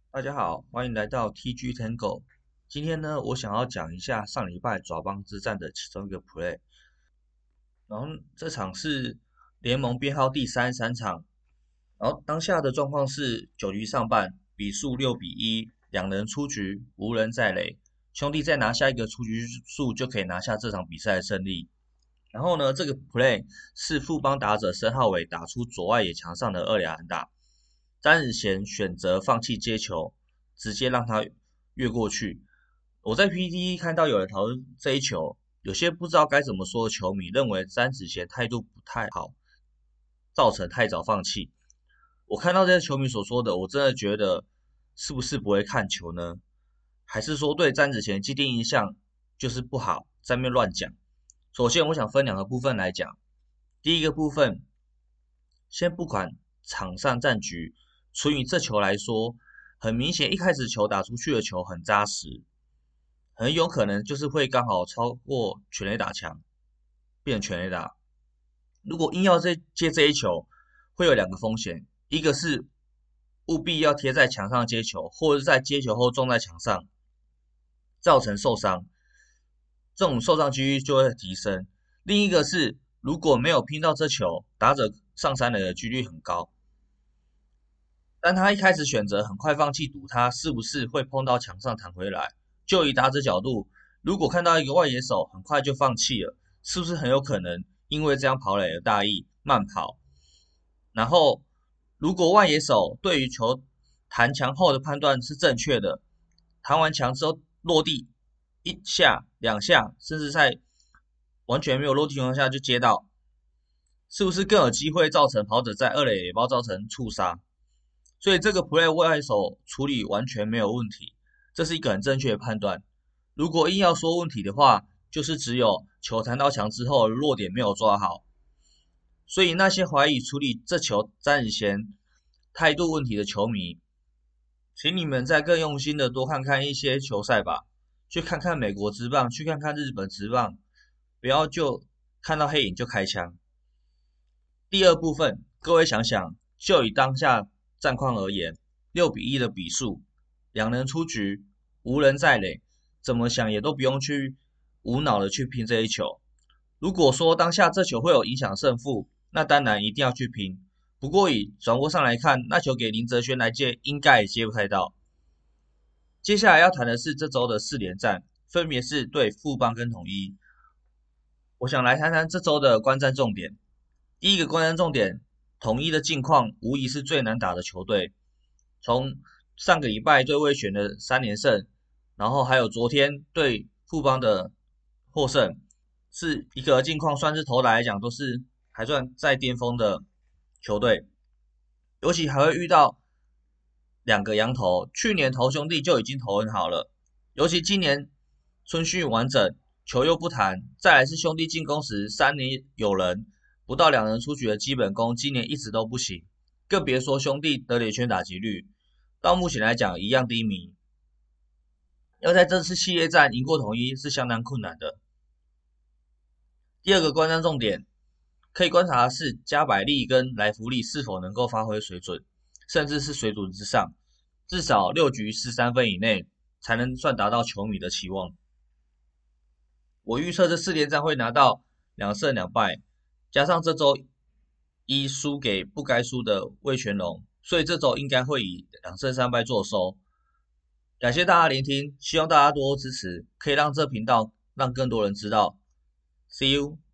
大家好，欢迎来到 TG Tango。今天呢，我想要讲一下上礼拜爪帮之战的其中一个 play。然后这场是联盟编号第33场，然后当下的状况是9局上半，比数6-1，两人出局，无人在垒。兄弟再拿下一个出局数就可以拿下这场比赛的胜利。然后呢，这个 play 是富邦打者申浩伟打出左外野墙上的2垒安打，詹子贤选择放弃接球，直接让他越过去。我在 PTT 看到有人讨论这一球，有些不知道该怎么说的球迷认为詹子贤态度不太好，造成太早放弃。我看到这些球迷所说的，我真的觉得是不是不会看球呢？还是说对詹子贤既定印象就是不好，在那边乱讲？首先，我想分两个部分来讲。第一个部分，先不管场上战局，纯以这球来说，很明显一开始球打出去的球很扎实，很有可能就是会刚好超过全垒打墙，变成全垒打。如果硬要接这一球，会有两个风险，一个是务必要贴在墙上接球，或者是在接球后撞在墙上，造成受伤，这种受伤几率就会提升。另一个是如果没有拼到这球，打者上三垒的几率很高。但他一开始选择很快放弃赌他是不是会碰到墙上弹回来，就以打者角度，如果看到一个外野手很快就放弃了，是不是很有可能因为这样跑垒而大意慢跑？然后如果外野手对于球弹墙后的判断是正确的，弹完墙之后落地一下两下，甚至在完全没有落地情况下就接到，是不是更有机会造成跑者在二垒垒包造成触杀？所以这个 play 外手处理完全没有问题，这是一个很正确的判断。如果硬要说问题的话，就是只有球弹到墙之后落点没有抓好。所以那些怀疑处理这球詹子贤态度问题的球迷，请你们再更用心的多看看一些球赛吧，去看看美国职棒，去看看日本职棒，不要就看到黑影就开枪。第二部分，各位想想，就以当下战况而言，6-1的比数，两人出局，无人在垒，怎么想也都不用去无脑的去拼这一球。如果说当下这球会有影响胜负，那当然一定要去拼。不过以转播上来看，那球给林哲轩来接，应该也接不太到。接下来要谈的是这周的4连战，分别是对富邦跟统一。我想来谈谈这周的观战重点。第一个观战重点，统一的近况无疑是最难打的球队。从上个礼拜对味全的3连胜，然后还有昨天对富邦的获胜，是一个近况算是投打来讲都是还算在巅峰的球队。尤其还会遇到两个洋投，去年投兄弟就已经投很好了，尤其今年春训完整，球又不弹，再来是兄弟进攻时3年有人，不到2人出局的基本功，今年一直都不行，更别说兄弟得垒圈打击率，到目前来讲一样低迷，要在这次系列战赢过统一是相当困难的。第二个观战重点，可以观察的是加百利跟莱弗利是否能够发挥水准，甚至是水准之上，至少6局13分以内才能算达到球迷的期望。我预测这4连战会拿到2胜2败，加上这周一输给不该输的味全龙，所以这周应该会以2胜3败作收。感谢大家聆听，希望大家多多支持，可以让这频道让更多人知道。See you。